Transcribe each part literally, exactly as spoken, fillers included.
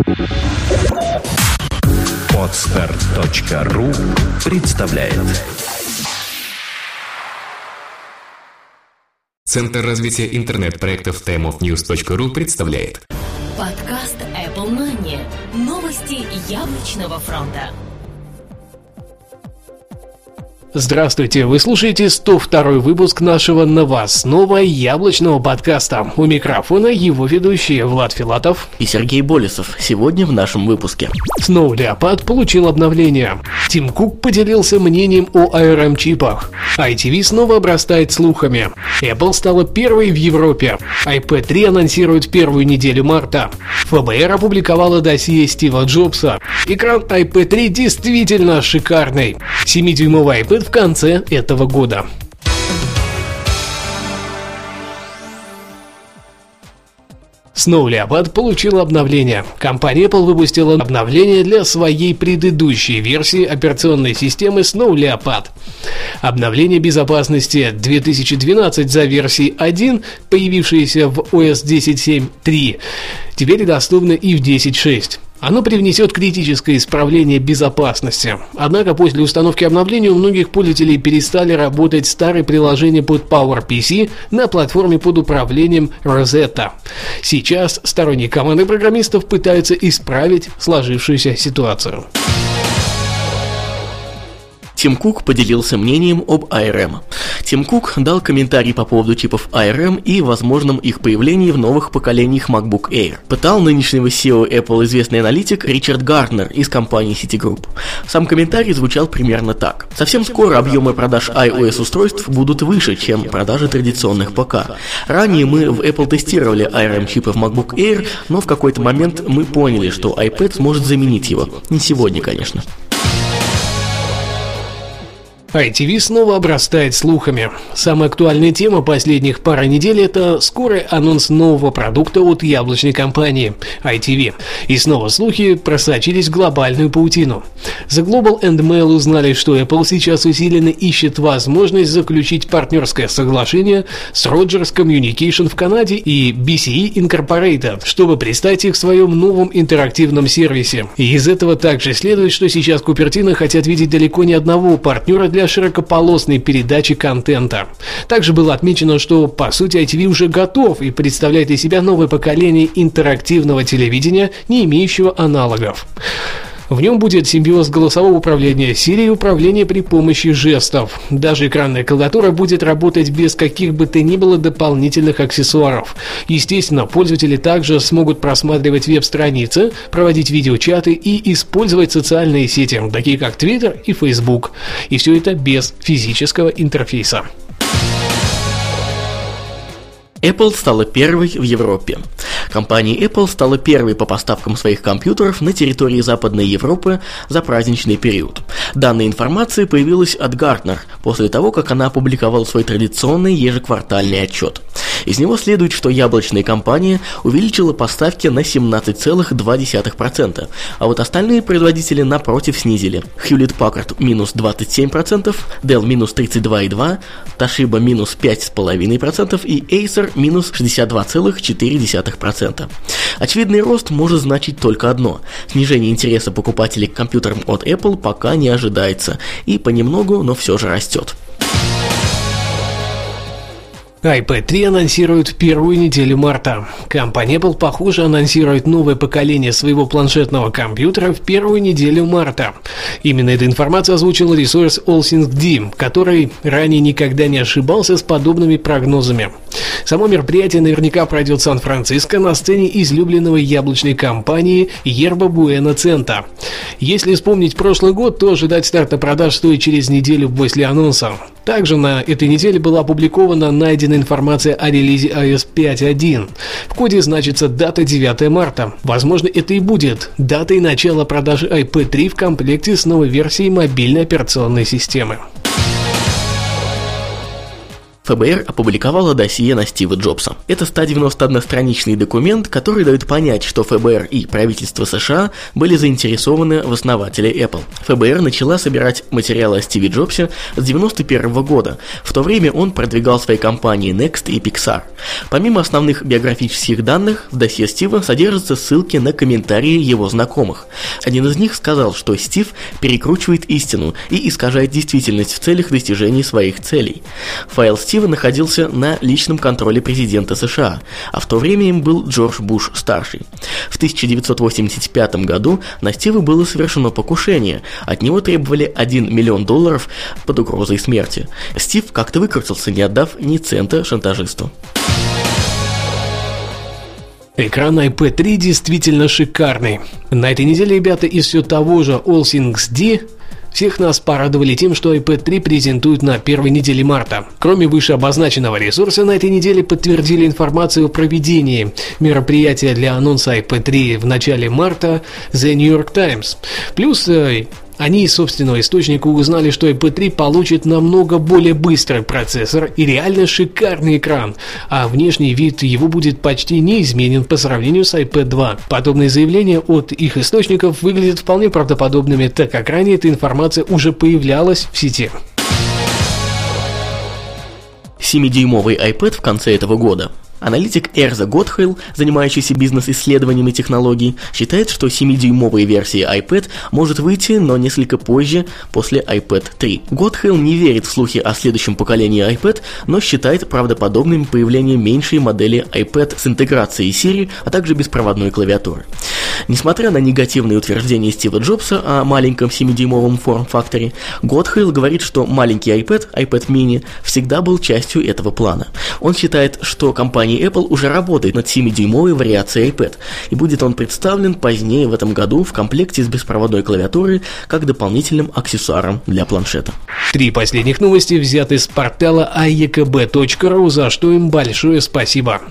Подстарт точка ру представляет. Центр развития интернет-проектов таймофньюз точка ру представляет подкаст Apple Money. Новости яблочного фронта. Здравствуйте, вы слушаете сто второй выпуск нашего новостного яблочного подкаста. У микрофона его ведущие Влад Филатов и Сергей Болесов. Сегодня в нашем выпуске. Snow Leopard получил обновление. Тим Кук поделился мнением о эй ар эм-чипах. ай ти ви снова обрастает слухами. Apple стала первой в Европе. iPad три анонсируют в первую неделю марта. эф бэ эр опубликовала досье Стива Джобса. Экран iPad три действительно шикарный. семидюймовый iPad в конце этого года. Snow Leopard получил обновление. Компания Apple выпустила обновление для своей предыдущей версии операционной системы Snow Leopard. Обновление безопасности две тысячи двенадцать за версией один, появившееся в о эс десять точка семь точка три, теперь доступно и в десять точка шесть. Оно привнесет критическое исправление безопасности. Однако после установки обновления у многих пользователей перестали работать старые приложения под PowerPC на платформе под управлением Rosetta. Сейчас сторонние команды программистов пытаются исправить сложившуюся ситуацию. Тим Кук поделился мнением об эй ар эм. Тим Кук дал комментарий по поводу чипов эй ар эм и возможном их появлении в новых поколениях MacBook Air. Пытал нынешнего си и о Apple известный аналитик Ричард Гарднер из компании Citigroup. Сам комментарий звучал примерно так. Совсем скоро объемы продаж iOS устройств будут выше, чем продажи традиционных ПК. Ранее мы в Apple тестировали эй ар эм-чипы в MacBook Air, но в какой-то момент мы поняли, что iPad сможет заменить его. Не сегодня, конечно. ай ти ви снова обрастает слухами. Самая актуальная тема последних пары недель – это скорый анонс нового продукта от яблочной компании ай ти ви. И снова слухи просочились в глобальную паутину. The Global and Mail узнали, что Apple сейчас усиленно ищет возможность заключить партнерское соглашение с Rogers Communication в Канаде и би си и Incorporated, чтобы представить их в своем новом интерактивном сервисе. И из этого также следует, что сейчас Купертино хотят видеть далеко не одного партнера для широкополосной передачи контента. Также было отмечено, что по сути ай ти ви уже готов и представляет из себя новое поколение интерактивного телевидения, не имеющего аналогов. В нем будет симбиоз голосового управления Siri и управления при помощи жестов. Даже экранная клавиатура будет работать без каких бы то ни было дополнительных аксессуаров. Естественно, пользователи также смогут просматривать веб-страницы, проводить видеочаты и использовать социальные сети, такие как Twitter и Facebook. И все это без физического интерфейса. Apple стала первой в Европе. Компания Apple стала первой по поставкам своих компьютеров на территории Западной Европы за праздничный период. Данная информация появилась от Gartner после того, как она опубликовала свой традиционный ежеквартальный отчет. Из него следует, что яблочная компания увеличила поставки на семнадцать целых два десятых процента, а вот остальные производители напротив снизили. Hewlett-Packard минус двадцать семь процентов, Dell минус тридцать два целых два процента, Toshiba минус пять целых пять десятых процента и Acer минус шестьдесят два целых четыре десятых процента. Очевидный рост может значить только одно – снижение интереса покупателей к компьютерам от Apple пока не ожидается и понемногу, но все же растет. iPad три анонсируют в первую неделю марта. Компания Apple, похоже, анонсирует новое поколение своего планшетного компьютера в первую неделю марта. Именно эта информация озвучил ресурс AllThingsD, который ранее никогда не ошибался с подобными прогнозами. Само мероприятие наверняка пройдет в Сан-Франциско на сцене излюбленного яблочной компании Yerba Buena Center. Если вспомнить прошлый год, то ожидать старта продаж стоит через неделю после анонса. Также на этой неделе была опубликована найденная информация о релизе ай о эс пять точка один. В коде значится дата девятого марта. Возможно, это и будет датой начала продажи iPad три в комплекте с новой версией мобильной операционной системы. эф бэ эр опубликовало досье на Стива Джобса. Это сто девяносто одностраничный документ, который дает понять, что эф бэ эр и правительство США были заинтересованы в основателе Apple. эф бэ эр начала собирать материалы о Стиве Джобсе с девяносто первого года. В то время он продвигал свои компании Next и Pixar. Помимо основных биографических данных, в досье Стива содержатся ссылки на комментарии его знакомых. Один из них сказал, что Стив перекручивает истину и искажает действительность в целях достижения своих целей. Файл Стива находился на личном контроле президента США, а в то время им был Джордж Буш-старший. В тысяча девятьсот восемьдесят пятом году на Стива было совершено покушение, от него требовали один миллион долларов под угрозой смерти. Стив как-то выкрутился, не отдав ни цента шантажисту. Экран айпэд три действительно шикарный. На этой неделе ребята из все того же All Things D всех нас порадовали тем, что айпэд три презентуют на первой неделе марта. Кроме вышеобозначенного ресурса, на этой неделе подтвердили информацию о проведении мероприятия для анонса айпэд три в начале марта The New York Times. Плюс они из собственного источника узнали, что айпэд три получит намного более быстрый процессор и реально шикарный экран, а внешний вид его будет почти неизменен по сравнению с айпэд два. Подобные заявления от их источников выглядят вполне правдоподобными, так как ранее эта информация уже появлялась в сети. семидюймовый iPad в конце этого года. Аналитик Эрза Готхейл, занимающийся бизнес-исследованиями технологий, считает, что семидюймовая версия iPad может выйти, но несколько позже, после айпэд три. Готхейл не верит в слухи о следующем поколении iPad, но считает правдоподобным появление меньшей модели iPad с интеграцией Siri, а также беспроводной клавиатуры. Несмотря на негативные утверждения Стива Джобса о маленьком семидюймовом форм-факторе, Готхейл говорит, что маленький iPad, iPad mini, всегда был частью этого плана. Он считает, что компания Apple уже работает над семидюймовой вариацией iPad, и будет он представлен позднее в этом году в комплекте с беспроводной клавиатурой как дополнительным аксессуаром для планшета. Три последних новости взяты с портала ай и кей би точка ру, за что им большое спасибо.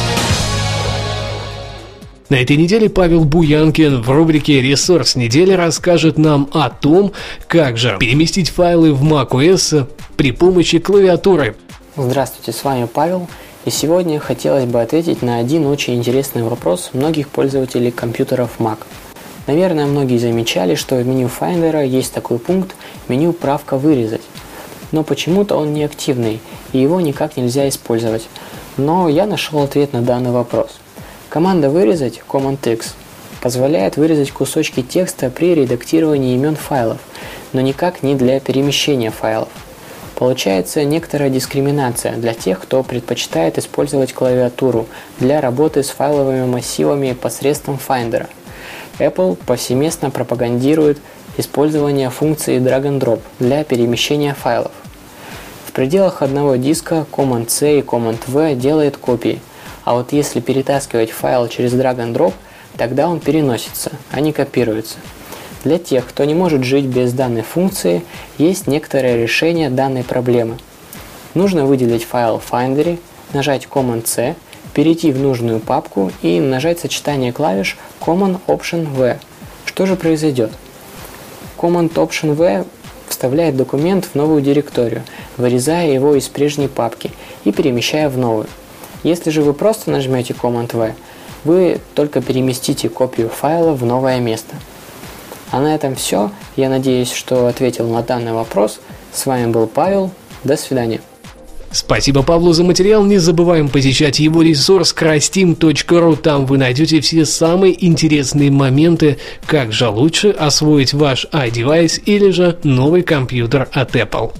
На этой неделе Павел Буянкин в рубрике «Ресурс недели» расскажет нам о том, как же переместить файлы в macOS при помощи клавиатуры. Здравствуйте, с вами Павел, и сегодня хотелось бы ответить на один очень интересный вопрос многих пользователей компьютеров Mac. Наверное, многие замечали, что в меню Finder есть такой пункт «Меню правка вырезать», но почему-то он не активный, и его никак нельзя использовать. Но я нашел ответ на данный вопрос. Команда «Вырезать» Command-X позволяет вырезать кусочки текста при редактировании имен файлов, но никак не для перемещения файлов. Получается некоторая дискриминация для тех, кто предпочитает использовать клавиатуру для работы с файловыми массивами посредством Finder. Apple повсеместно пропагандирует использование функции Drag and Drop для перемещения файлов. В пределах одного диска Command-C и Command-V делает копии, а вот если перетаскивать файл через Drag and Drop, тогда он переносится, а не копируется. Для тех, кто не может жить без данной функции, есть некоторое решение данной проблемы. Нужно выделить файл в Finder, нажать Command-C, перейти в нужную папку и нажать сочетание клавиш Command-Option-V. Что же произойдет? Command-Option-V вставляет документ в новую директорию, вырезая его из прежней папки и перемещая в новую. Если же вы просто нажмете Command-V, вы только переместите копию файла в новое место. А на этом все. Я надеюсь, что ответил на данный вопрос. С вами был Павел. До свидания. Спасибо Павлу за материал. Не забываем посещать его ресурс крастим точка ру. Там вы найдете все самые интересные моменты, как же лучше освоить ваш iDevice или же новый компьютер от Apple.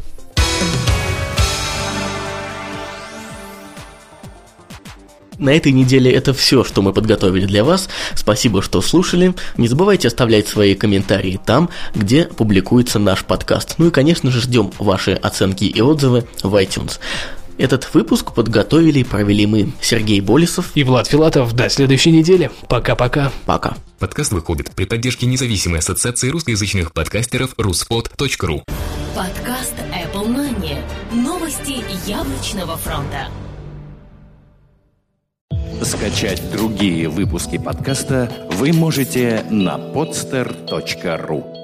На этой неделе это все, что мы подготовили для вас. Спасибо, что слушали. Не забывайте оставлять свои комментарии там, где публикуется наш подкаст. Ну и, конечно же, ждем ваши оценки и отзывы в iTunes. Этот выпуск подготовили и провели мы, Сергей Болесов и Влад Филатов. До следующей недели. Пока-пока. Пока. Подкаст выходит при поддержке независимой ассоциации русскоязычных подкастеров руспод точка ру. Подкаст Apple Money. Новости яблочного фронта. Скачать другие выпуски подкаста вы можете на podster точка ру.